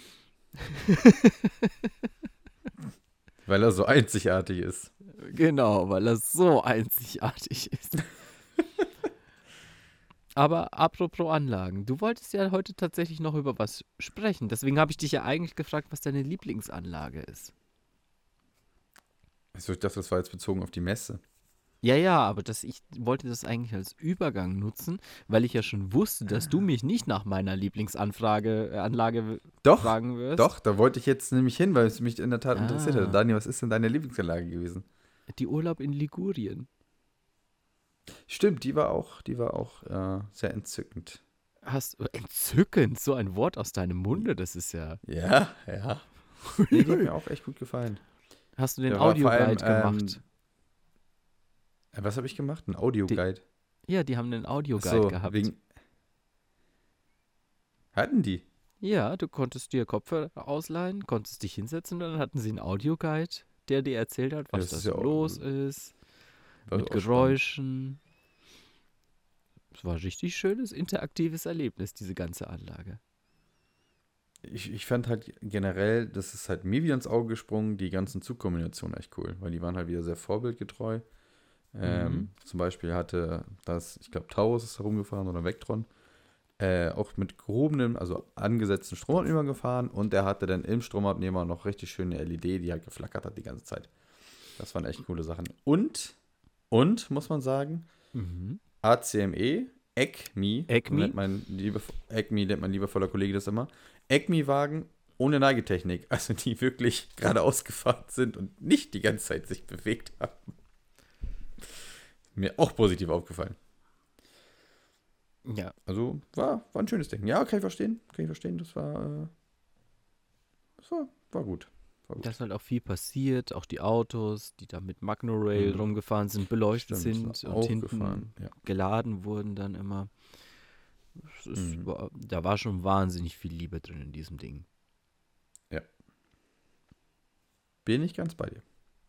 Weil er so einzigartig ist. Genau, weil das so einzigartig ist. Aber apropos Anlagen, du wolltest ja heute tatsächlich noch über was sprechen. Deswegen habe ich dich ja eigentlich gefragt, was deine Lieblingsanlage ist. Also ich dachte, das war jetzt bezogen auf die Messe. Ja, ja, aber das, ich wollte das eigentlich als Übergang nutzen, weil ich ja schon wusste, dass du mich nicht nach meiner Lieblingsanfrage, äh, Anlage Doch, fragen wirst. doch, da wollte ich jetzt nämlich hin, weil es mich in der Tat interessiert hat. Ah, Daniel, was ist denn deine Lieblingsanlage gewesen? die Urlaub in Ligurien. Stimmt, die war auch, die war auch äh, sehr entzückend. Hast entzückend, so ein Wort aus deinem Munde, das ist ja. Ja, ja. Nee, die hat mir auch echt gut gefallen. Hast du den Der war vor allem, Audioguide gemacht? ähm, was habe ich gemacht? Ein Die, Audioguide. ja, die haben einen Ach Audioguide so, gehabt. wegen. Hatten die? Ja, du konntest dir Kopfhörer ausleihen, konntest dich hinsetzen und dann hatten sie einen Audioguide, der dir erzählt hat, Ja, was das da ist so ja auch, los ist, war mit auch spannend. Geräuschen. Es war ein richtig schönes, interaktives Erlebnis, diese ganze Anlage. Ich, ich fand halt generell, das ist halt mir wieder ins Auge gesprungen, die ganzen Zugkombinationen echt cool, weil die waren halt wieder sehr vorbildgetreu. Ähm, Mhm. Zum Beispiel hatte das, ich glaube, Taurus ist da rumgefahren oder Vectron, äh, auch mit gehobenem, also angesetzten Stromabnehmer gefahren und er hatte dann im Stromabnehmer noch richtig schöne L E D, die halt geflackert hat die ganze Zeit. Das waren echt coole Sachen. Und, und, muss man sagen, Mhm. A C M E, E C M I, so Acme? nennt mein, liebe, E C M I nennt mein liebevoller Kollege das immer, E C M I-Wagen ohne Neigetechnik, also die wirklich geradeaus gefahren sind und nicht die ganze Zeit sich bewegt haben. Mir auch positiv aufgefallen. Ja, Also war, war ein schönes Ding. Ja, kann ich verstehen. Kann ich verstehen. Das war, äh, das war, war gut. War da gut. ist halt auch viel passiert. Auch die Autos, die da mit Magnorail Mhm. rumgefahren sind, beleuchtet Stimmt, ist mir sind und auch gefallen. hinten Ja. geladen wurden dann immer. Es ist, Mhm. war, da war schon wahnsinnig viel Liebe drin in diesem Ding. Ja. Bin ich ganz bei dir.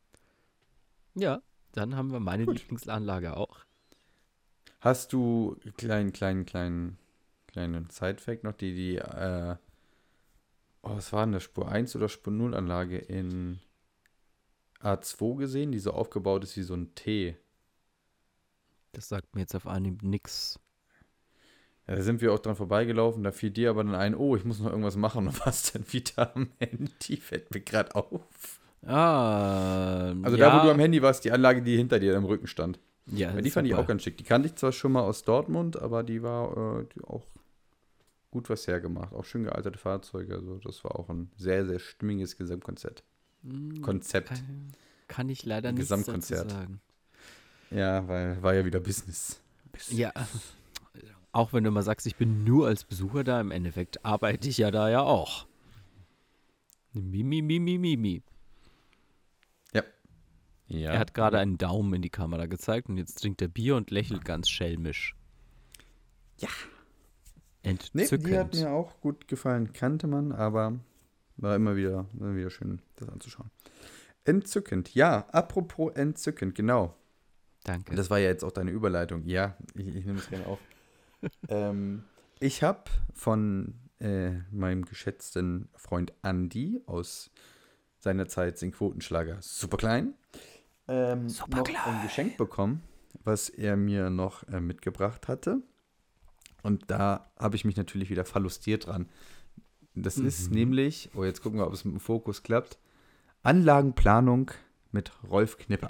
Ja, dann haben wir meine Gut. Lieblingsanlage auch. Hast du kleinen, kleinen, kleinen, kleinen Side-Fact noch, die, die, äh, oh, was war denn das? Spur eins oder Spur null Anlage in A zwei gesehen, die so aufgebaut ist wie so ein T? Das sagt mir jetzt auf Anhieb nix. Ja, da sind wir auch dran vorbeigelaufen, da fiel dir aber dann ein, oh, ich muss noch irgendwas machen und warst dann wieder am Handy, fällt mir gerade auf. Ah, Also da, wo du am ja. Handy warst, die Anlage, die hinter dir im Rücken stand. Ja, Ja, die fand ich auch super. ganz schick. Die kannte ich zwar schon mal aus Dortmund, aber die war äh, die auch gut was hergemacht. Auch schön gealterte Fahrzeuge. Also das war auch ein sehr, sehr stimmiges Gesamtkonzept. Hm, Konzept. Kann, kann ich leider nichts dazu Gesamtkonzert. sagen. Ja, weil war ja wieder Business. Ja, auch wenn du immer sagst, ich bin nur als Besucher da, im Endeffekt arbeite ich ja da ja auch. Mimi, mimi, mimi. Ja. Ja. Er hat gerade einen Daumen in die Kamera gezeigt und jetzt trinkt er Bier und lächelt ganz schelmisch. Ja. Nee, Entzückend. die hat mir auch gut gefallen. Kannte man, aber war immer wieder, immer wieder schön, das anzuschauen. Entzückend. Ja, apropos entzückend, genau. Danke. Das war ja jetzt auch deine Überleitung. Ja, ich, ich nehme es gerne auf. ähm, ich habe von äh, meinem geschätzten Freund Andy aus seiner Zeit den Quotenschlager Superklein ähm, noch ein Geschenk bekommen, was er mir noch äh, mitgebracht hatte. Und da habe ich mich natürlich wieder verlustiert dran. Das ist Mhm. nämlich, oh, jetzt gucken wir, ob es mit dem Fokus klappt, Anlagenplanung mit Rolf Knipper.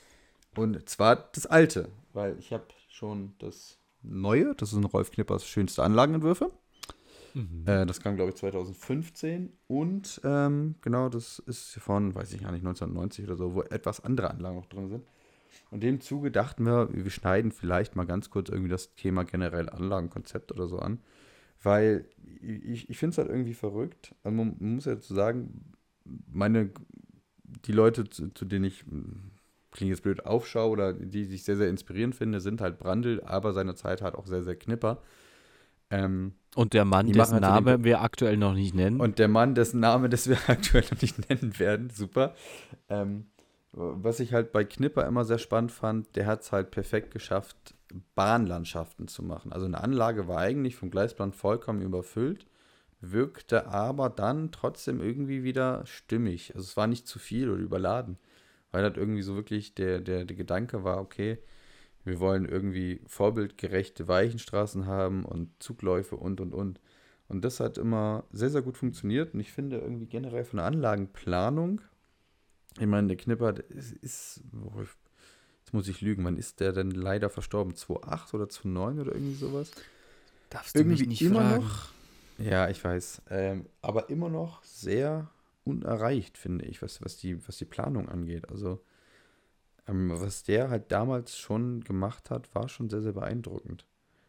Und zwar das alte, weil ich habe schon das neue, das sind Rolf Knippers schönste Anlagenentwürfe. Mhm. Äh, das kam, glaube ich, zwanzig fünfzehn. Und ähm, genau, das ist von, weiß ich gar nicht, neunzehnhundertneunzig oder so, wo etwas andere Anlagen noch drin sind. Und in dem Zuge dachten wir, wir schneiden vielleicht mal ganz kurz irgendwie das Thema generell Anlagenkonzept oder so an. Weil ich, ich finde es halt irgendwie verrückt. Also man, man muss ja dazu sagen, meine, die Leute, zu, zu denen ich, klingt jetzt blöd, aufschaue oder die ich sehr, sehr inspirierend finde, sind halt Brandl, aber seinerzeit halt auch sehr, sehr Knipper. Ähm, Und der Mann, die machen dessen halt so den Name Be- wir aktuell noch nicht nennen. Und der Mann, dessen Name, das wir aktuell noch nicht nennen werden, super. Ähm, was ich halt bei Knipper immer sehr spannend fand, der hat es halt perfekt geschafft, Bahnlandschaften zu machen. Also eine Anlage war eigentlich vom Gleisplan vollkommen überfüllt, wirkte aber dann trotzdem irgendwie wieder stimmig. Also es war nicht zu viel oder überladen, weil halt irgendwie so wirklich der, der, der Gedanke war, okay, wir wollen irgendwie vorbildgerechte Weichenstraßen haben und Zugläufe und, und, und. Und das hat immer sehr, sehr gut funktioniert. Und ich finde irgendwie generell von der Anlagenplanung, ich meine, der Knipper der ist, ist, oh, jetzt muss ich lügen, wann ist der denn leider verstorben? zweitausendacht oder zweitausendneun oder irgendwie sowas? Darfst du Irgendwie mich nicht immer fragen? noch, ja, ich weiß, ähm, aber immer noch sehr unerreicht, finde ich, was, was, die, was die Planung angeht. Also, ähm, was der halt damals schon gemacht hat, war schon sehr, sehr beeindruckend.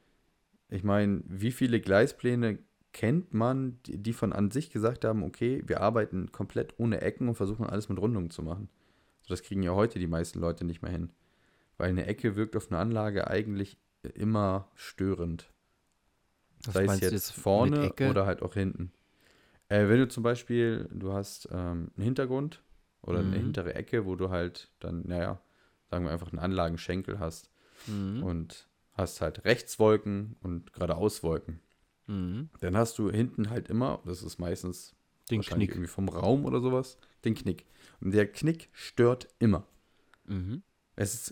Ich meine, wie viele Gleispläne kennt man, die, die von an sich gesagt haben, okay, wir arbeiten komplett ohne Ecken und versuchen alles mit Rundungen zu machen. So, das kriegen ja heute die meisten Leute nicht mehr hin. Weil eine Ecke wirkt auf eine Anlage eigentlich immer störend. Was Sei es meinst du jetzt jetzt mit vorne Ecke? oder halt auch hinten. Äh, wenn du zum Beispiel, du hast ähm, einen Hintergrund oder eine Mhm. hintere Ecke, wo du halt dann, naja, sagen wir einfach einen Anlagenschenkel hast Mhm. und hast halt Rechtswolken und geradeauswolken. Mhm. Dann hast du hinten halt immer, das ist meistens Den wahrscheinlich Knick. irgendwie vom Raum oder sowas, den Knick. Und der Knick stört immer. Mhm. Es ist, ist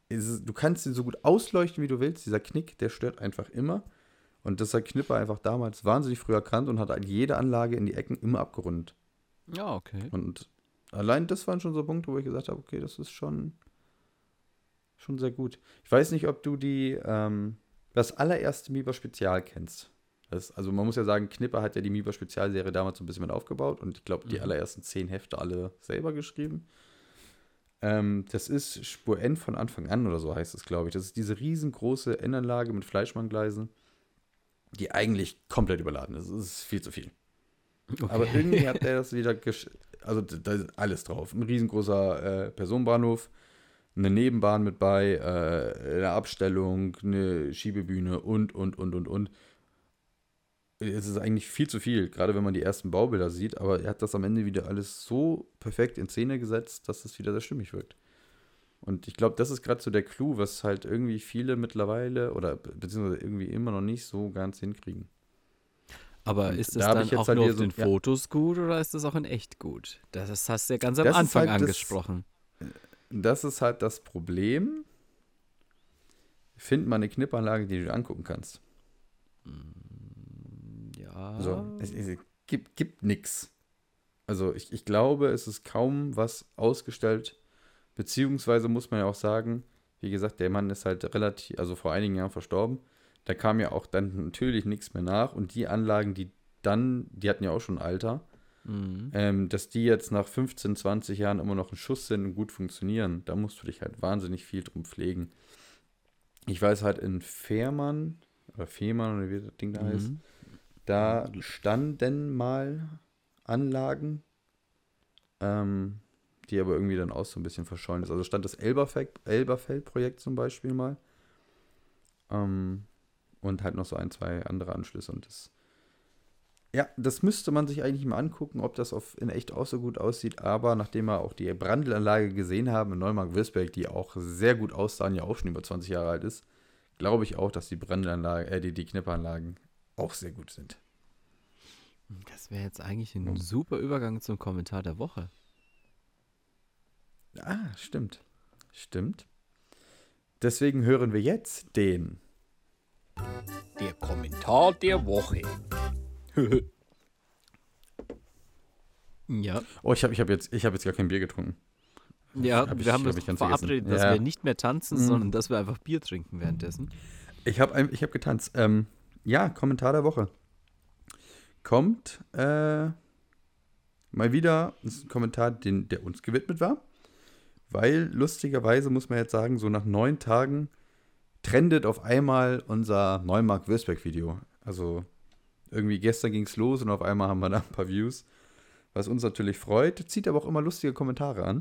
ist es, du kannst ihn so gut ausleuchten, wie du willst. Dieser Knick, der stört einfach immer. Und das hat Knipper einfach damals wahnsinnig früh erkannt und hat halt jede Anlage in die Ecken immer abgerundet. Ja, okay. Und allein das waren schon so Punkte, wo ich gesagt habe, okay, das ist schon, schon sehr gut. Ich weiß nicht, ob du die, ähm, das allererste Miba Spezial kennst. Das, also man muss ja sagen, Knipper hat ja die Miba Spezialserie damals so ein bisschen mit aufgebaut und ich glaube, die Mhm. allerersten zehn Hefte alle selber geschrieben. Ähm, das ist Spur N von Anfang an oder so heißt es, glaube ich. Das ist diese riesengroße N-Anlage mit Fleischmanngleisen, die eigentlich komplett überladen ist. Das ist viel zu viel. okay. Aber irgendwie hat er das wieder, gesch- also da da ist alles drauf. Ein riesengroßer äh, Personenbahnhof, eine Nebenbahn mit bei, äh, eine Abstellung, eine Schiebebühne und, und, und, und, und. Es ist eigentlich viel zu viel, gerade wenn man die ersten Baubilder sieht, aber er hat das am Ende wieder alles so perfekt in Szene gesetzt, dass es wieder sehr stimmig wirkt. Und ich glaube, das ist gerade so der Clou, was halt irgendwie viele mittlerweile oder be- beziehungsweise irgendwie immer noch nicht so ganz hinkriegen. Aber Und ist da es habe dann ich jetzt auch halt nur wieder auf so, den ja, Fotos gut oder ist das auch in echt gut? Das, das hast du ja ganz am das ist Anfang halt das, angesprochen. das ist halt das Problem. Find mal eine Knippanlage, die du dir angucken kannst. Mm, Ja. So, es, es gibt, gibt nichts. Also ich, ich glaube, es ist kaum was ausgestellt, beziehungsweise muss man ja auch sagen, wie gesagt, der Mann ist halt relativ, also vor einigen Jahren verstorben. Da kam ja auch dann natürlich nichts mehr nach und die Anlagen, die dann, die hatten ja auch schon ein Alter, Mhm. ähm, dass die jetzt nach fünfzehn, zwanzig Jahren immer noch ein Schuss sind und gut funktionieren, da musst du dich halt wahnsinnig viel drum pflegen. Ich weiß halt in Fehmarn, oder Fehmarn, oder wie das Ding da heißt, Mhm. da standen mal Anlagen, ähm, die aber irgendwie dann auch so ein bisschen verschollen ist. Also stand das Elberfeld- Elberfeld-Projekt zum Beispiel mal. Ähm, und halt noch so ein, zwei andere Anschlüsse. Und das, ja, das müsste man sich eigentlich mal angucken, ob das auf, in echt auch so gut aussieht. Aber nachdem wir auch die Brandelanlage gesehen haben in Neumarkt-Würzberg, die auch sehr gut aussahen, ja auch schon über zwanzig Jahre alt ist, glaube ich auch, dass die Brandelanlage, äh, die, die Knipperanlagen auch sehr gut sind. Das wäre jetzt eigentlich ein Mhm. super Übergang zum Kommentar der Woche. Ah, stimmt. Stimmt. Deswegen hören wir jetzt den. Der Kommentar der Woche. Ja. Oh, ich habe ich hab jetzt, ich hab jetzt gar kein Bier getrunken. Ja, Hab ich- wir haben hab uns ich ganz verabredet, vergessen. dass Ja. wir nicht mehr tanzen, Mhm. sondern dass wir einfach Bier trinken währenddessen. Ich habe ich hab getanzt. Ähm, ja, Kommentar der Woche. Kommt äh, mal wieder ein Kommentar, den, der uns gewidmet war. Weil lustigerweise muss man jetzt sagen, so nach neun Tagen trendet auf einmal unser Neumarkt-Würzberg-Video. Also irgendwie gestern ging es los und auf einmal haben wir da ein paar Views. Was uns natürlich freut, zieht aber auch immer lustige Kommentare an.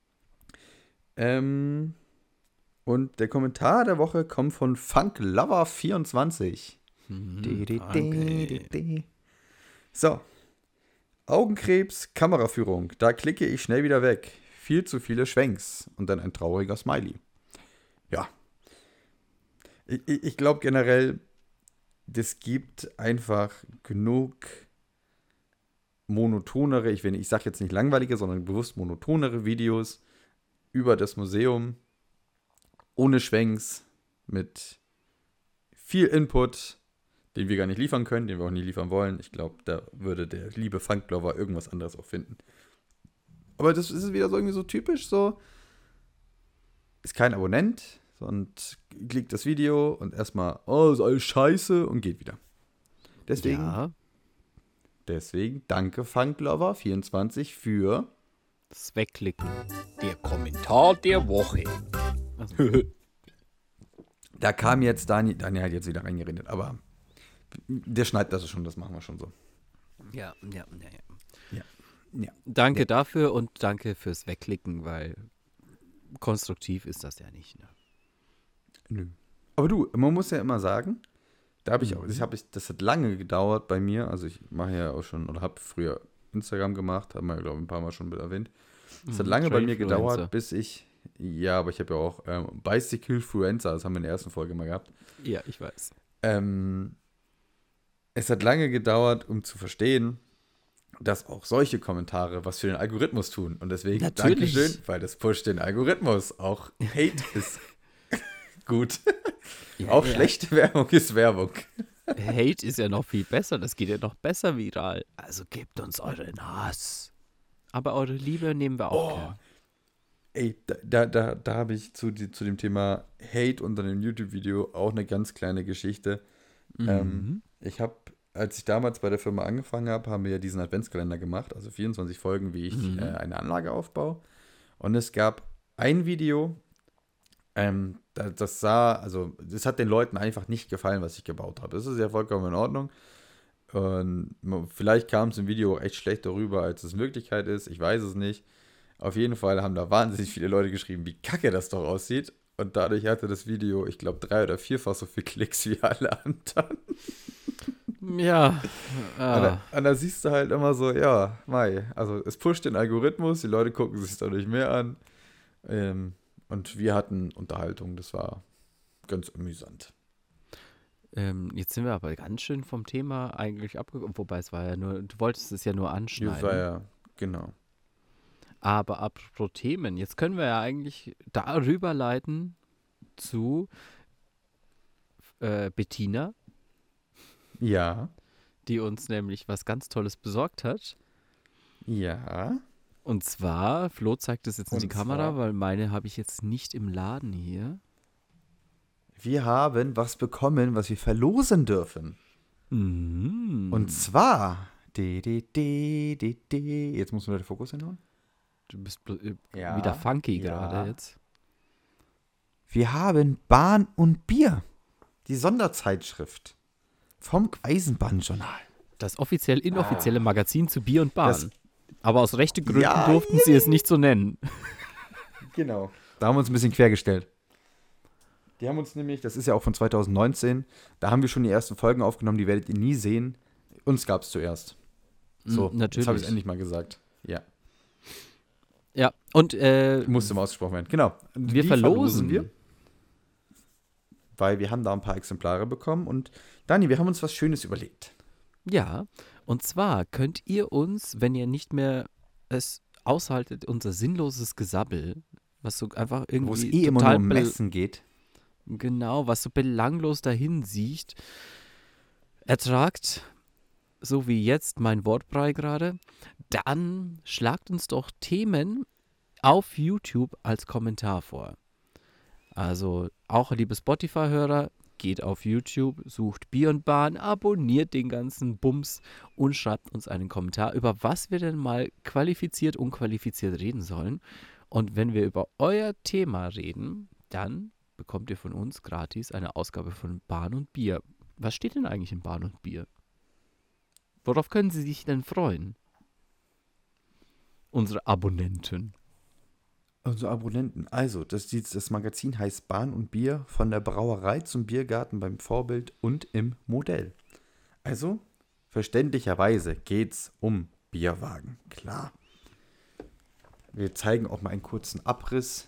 Ähm, und der Kommentar der Woche kommt von Funklover vierundzwanzig. Mhm, Di, di, danke. di, di, di. So. Augenkrebs, Kameraführung. Da klicke ich schnell wieder weg. Viel zu viele Schwenks. Und dann ein trauriger Smiley. Ja. Ich, ich, ich glaube generell, es gibt einfach genug monotonere, ich, will nicht- ich sage jetzt nicht langweilige, sondern bewusst monotonere Videos über das Museum. Ohne Schwenks. Mit viel Input, den wir gar nicht liefern können, den wir auch nie liefern wollen. Ich glaube, da würde der liebe Funklover irgendwas anderes auch finden. Aber das ist wieder so irgendwie so typisch, so ist kein Abonnent und klickt das Video und erstmal, oh, ist alles scheiße und geht wieder. Deswegen, Ja, deswegen danke Funklover vierundzwanzig für das Wegklicken. Der Kommentar der Woche. Also, da kam jetzt Dani, Daniel hat jetzt wieder reingeredet, aber der schneidet das schon, das machen wir schon so. ja, ja, ja, ja. Ja. Danke Ja. dafür und danke fürs Wegklicken, weil konstruktiv ist das ja nicht. Ne? Nö. Aber du, man muss ja immer sagen, da habe ich auch, Mhm. das, hab ich, das hat lange gedauert bei mir. Also ich mache ja auch schon, oder habe früher Instagram gemacht, haben wir, glaube ich, ein paar Mal schon erwähnt. Es hat Mhm, lange bei mir Trailfluencer. gedauert, bis ich, ja, aber ich habe ja auch ähm, Bicycle-Fluencer, das haben wir in der ersten Folge mal gehabt. Ja, ich weiß. Ähm, es hat lange gedauert, um zu verstehen, dass auch solche Kommentare was für den Algorithmus tun. Und deswegen Natürlich. Dankeschön, weil das pusht den Algorithmus. Auch Hate ist gut. Ja, Auch ja. schlechte Werbung ist Werbung. Hate ist ja noch viel besser, das geht ja noch besser viral. Also gebt uns euren Hass. Aber eure Liebe nehmen wir auch Oh. gern. Ey, da, da, da, da habe ich zu, die, zu dem Thema Hate unter dem YouTube-Video auch eine ganz kleine Geschichte. Mhm. Ähm, ich habe, als ich damals bei der Firma angefangen habe, haben wir ja diesen Adventskalender gemacht, also vierundzwanzig Folgen, wie ich Mhm. äh, eine Anlage aufbaue. Und es gab ein Video, ähm, da- das sah, also das hat den Leuten einfach nicht gefallen, was ich gebaut habe. Das ist ja vollkommen in Ordnung. Und mo- vielleicht kam es im Video auch echt schlechter rüber, als es in Wirklichkeit ist. Ich weiß es nicht. Auf jeden Fall haben da wahnsinnig viele Leute geschrieben, wie kacke das doch aussieht. Und dadurch hatte das Video, ich glaube, drei oder vierfach so viele Klicks wie alle anderen. Ja. Und, Ah. da, und da siehst du halt immer so, ja, Mai, also es pusht den Algorithmus, die Leute gucken sich es dadurch mehr an. Ähm, und wir hatten Unterhaltung, das war ganz amüsant. Ähm, jetzt sind wir aber ganz schön vom Thema eigentlich abgekommen. Wobei es war ja nur, du wolltest es ja nur Das anschneiden. war ja, genau. Aber apropos Themen, jetzt können wir ja eigentlich darüber leiten zu äh, Bettina, Ja, die uns nämlich was ganz Tolles besorgt hat. ja. Und zwar, Flo zeigt das jetzt in Und die Kamera, zwar? weil meine habe ich jetzt nicht im Laden hier. Wir haben was bekommen, was wir verlosen dürfen. Mhm. Und zwar. De, de, de, de, de. Jetzt muss man den Fokus hinhauen. Du bist bl- äh, Ja, wieder funky ja. gerade jetzt. Wir haben Bahn und Bier. Die Sonderzeitschrift. Vom Eisenbahnjournal. Das offiziell inoffizielle Magazin zu Bier und Bahn. Das- Aber aus rechten Gründen Ja, durften sie es nicht so nennen. Genau. Da haben wir uns ein bisschen quergestellt. Die haben uns nämlich, das ist ja auch von zwanzig neunzehn, da haben wir schon die ersten Folgen aufgenommen, die werdet ihr nie sehen. Uns gab es zuerst. So, Mm, natürlich. jetzt habe ich es endlich mal gesagt. Ja, Ja, und äh, musste mal ausgesprochen werden. Genau. wir Die verlosen. wir, weil wir haben da ein paar Exemplare bekommen. Und Dani, wir haben uns was Schönes überlegt. Ja, und zwar könnt ihr uns, wenn ihr nicht mehr es aushaltet, unser sinnloses Gesabbel, was so einfach irgendwie Wo es eh immer nur total um bel- Messen geht. Genau, was so belanglos dahin sieht, ertragt, so wie jetzt mein Wortbrei gerade, dann schlagt uns doch Themen auf YouTube als Kommentar vor. Also auch liebe Spotify-Hörer, geht auf YouTube, sucht Bier und Bahn, abonniert den ganzen Bums und schreibt uns einen Kommentar, über was wir denn mal qualifiziert, unqualifiziert reden sollen. Und wenn wir über euer Thema reden, dann bekommt ihr von uns gratis eine Ausgabe von Bahn und Bier. Was steht denn eigentlich in Bahn und Bier? Worauf können Sie sich denn freuen? Unsere Abonnenten. Unsere Abonnenten. Also, das, das Magazin heißt Bahn und Bier, von der Brauerei zum Biergarten beim Vorbild und im Modell. Also, verständlicherweise geht's um Bierwagen. Klar. Wir zeigen auch mal einen kurzen Abriss.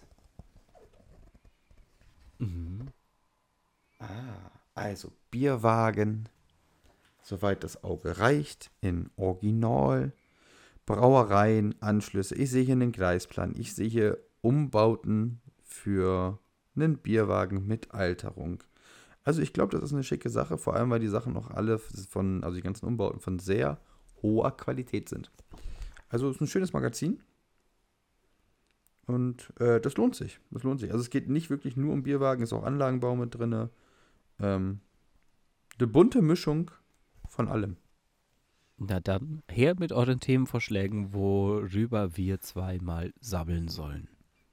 Mhm. Ah, also Bierwagen, soweit das Auge reicht, in Original, Brauereien, Anschlüsse. Ich sehe hier einen Gleisplan, ich sehe hier Umbauten für einen Bierwagen mit Alterung. Also ich glaube, das ist eine schicke Sache, vor allem weil die Sachen noch alle von, also die ganzen Umbauten von sehr hoher Qualität sind. Also es ist ein schönes Magazin. Und äh, das lohnt sich. Das lohnt sich. Also es geht nicht wirklich nur um Bierwagen, ist auch Anlagenbau mit drin. Ähm, eine bunte Mischung von allem. Na dann, her mit euren Themenvorschlägen, worüber wir zweimal sabbeln sollen.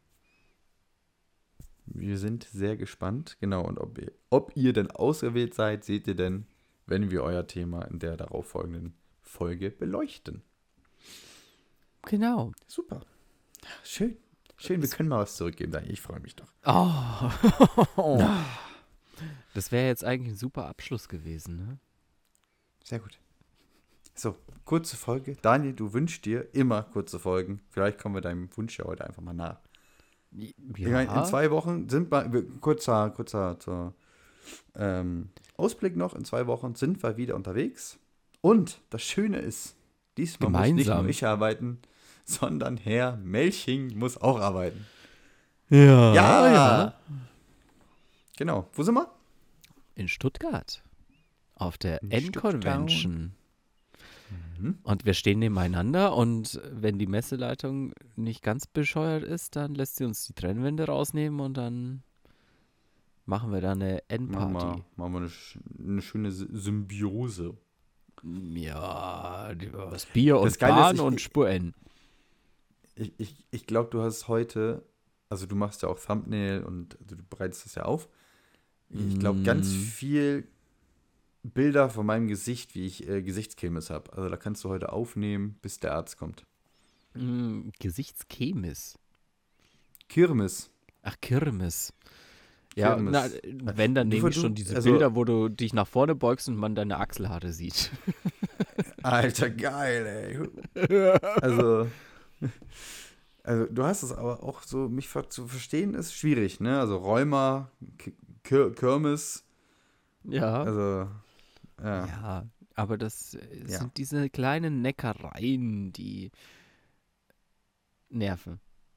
Wir sind sehr gespannt. Genau, und ob ihr, ob ihr denn auserwählt seid, seht ihr denn, wenn wir euer Thema in der darauffolgenden Folge beleuchten. Genau. Super. Schön. Schön, wir können mal was zurückgeben. Daniel. Ich freue mich doch. Oh. Das wäre jetzt eigentlich ein super Abschluss gewesen, ne? Sehr gut. So, kurze Folge. Daniel, du wünschst dir immer kurze Folgen. Vielleicht kommen wir deinem Wunsch ja heute einfach mal nach. Ja. Ich meine, in zwei Wochen sind wir, wir kurzer, kurzer zur, ähm, Ausblick noch, in zwei Wochen sind wir wieder unterwegs. Und das Schöne ist, diesmal muss nicht Gemeinsam. nur ich arbeiten, sondern Herr Melching muss auch arbeiten. Ja. Ja! Genau. Wo sind wir? In Stuttgart. Auf der In N-Convention. Mhm. Und wir stehen nebeneinander und wenn die Messeleitung nicht ganz bescheuert ist, dann lässt sie uns die Trennwände rausnehmen und dann machen wir da eine Machen wir, N-Party. machen wir eine, sch- eine schöne S- Symbiose. Ja, die- was Bier Das und Geile ist, Bahn ich- und Spur N. Ich, ich, ich glaube, du hast heute, also du machst ja auch Thumbnail und du bereitest das ja auf. Ich glaube, ganz Mm. viel Bilder von meinem Gesicht, wie ich äh, Gesichtskirmes habe. Also da kannst du heute aufnehmen, bis der Arzt kommt. Mm, Gesichtschemis. Kirmes. Ach, Kirmes. Ja, Kirmes. na, wenn, dann Du nehme ich verdu- schon diese also- Bilder, wo du dich nach vorne beugst und man deine Achselhaare sieht. Alter, geil, ey. Also, also du hast es aber auch so, mich ver- zu verstehen ist schwierig, ne? Also Rheuma, K Kir Kirmes, Ja. also, ja. Ja, aber das äh, Ja. sind diese kleinen Neckereien, die nerven.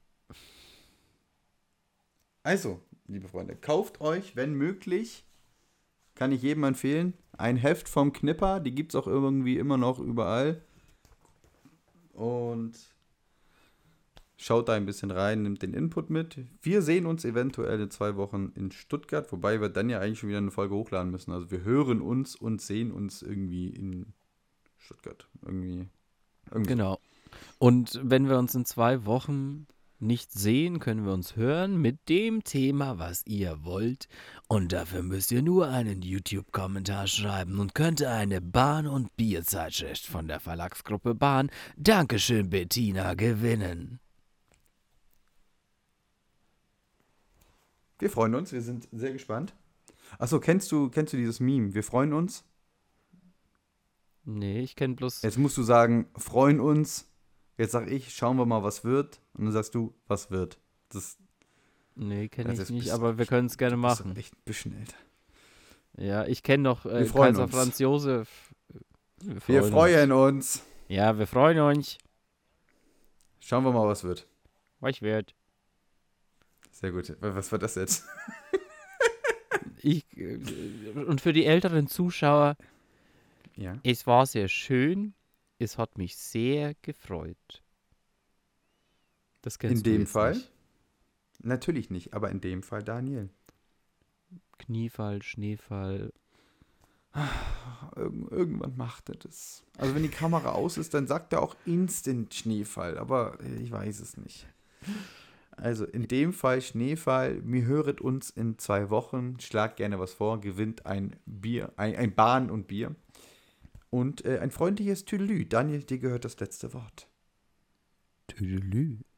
Also, liebe Freunde, kauft euch, wenn möglich, kann ich jedem empfehlen, ein Heft vom Knipper. Die gibt es auch irgendwie immer noch überall. Und schaut da ein bisschen rein, nimmt den Input mit. Wir sehen uns eventuell in zwei Wochen in Stuttgart, wobei wir dann ja eigentlich schon wieder eine Folge hochladen müssen. Also wir hören uns und sehen uns irgendwie in Stuttgart. Irgendwie. irgendwie. Genau. Und wenn wir uns in zwei Wochen nicht sehen, können wir uns hören mit dem Thema, was ihr wollt. Und dafür müsst ihr nur einen YouTube-Kommentar schreiben und könnt eine Bahn- und Bierzeitschrift von der Verlagsgruppe Bahn, Dankeschön Bettina, gewinnen. Wir freuen uns, wir sind sehr gespannt. Achso, kennst du, kennst du dieses Meme? Wir freuen uns. Nee, ich kenne bloß... Jetzt musst du sagen, freuen uns. Jetzt sag ich, schauen wir mal, was wird. Und dann sagst du, was wird. Das Nee, kenne Das ich ist nicht, bis- aber wir können es gerne du bist doch machen. echt ein bisschen älter. Ja, ich kenne noch äh, Wir freuen Kaiser uns. Franz Josef. Wir freuen uns. Ja, wir freuen uns. Schauen wir mal, was wird. Was wird? Sehr gut. Was war das jetzt? Ich, äh, und für die älteren Zuschauer, Ja. es war sehr schön. Es hat mich sehr gefreut. Das kennst In du dem jetzt Fall? nicht. Natürlich nicht, aber in dem Fall Daniel. Kniefall, Schneefall. Irg irgendwann macht er das. Also wenn die Kamera aus ist, dann sagt er auch Instant Schneefall, aber ich weiß es nicht. Also in dem Fall Schneefall, mir höret uns in zwei Wochen, schlagt gerne was vor, gewinnt ein Bier, ein, ein Bahn und Bier und äh, ein freundliches Tüdelü. Daniel, dir gehört das letzte Wort. Tüdelü.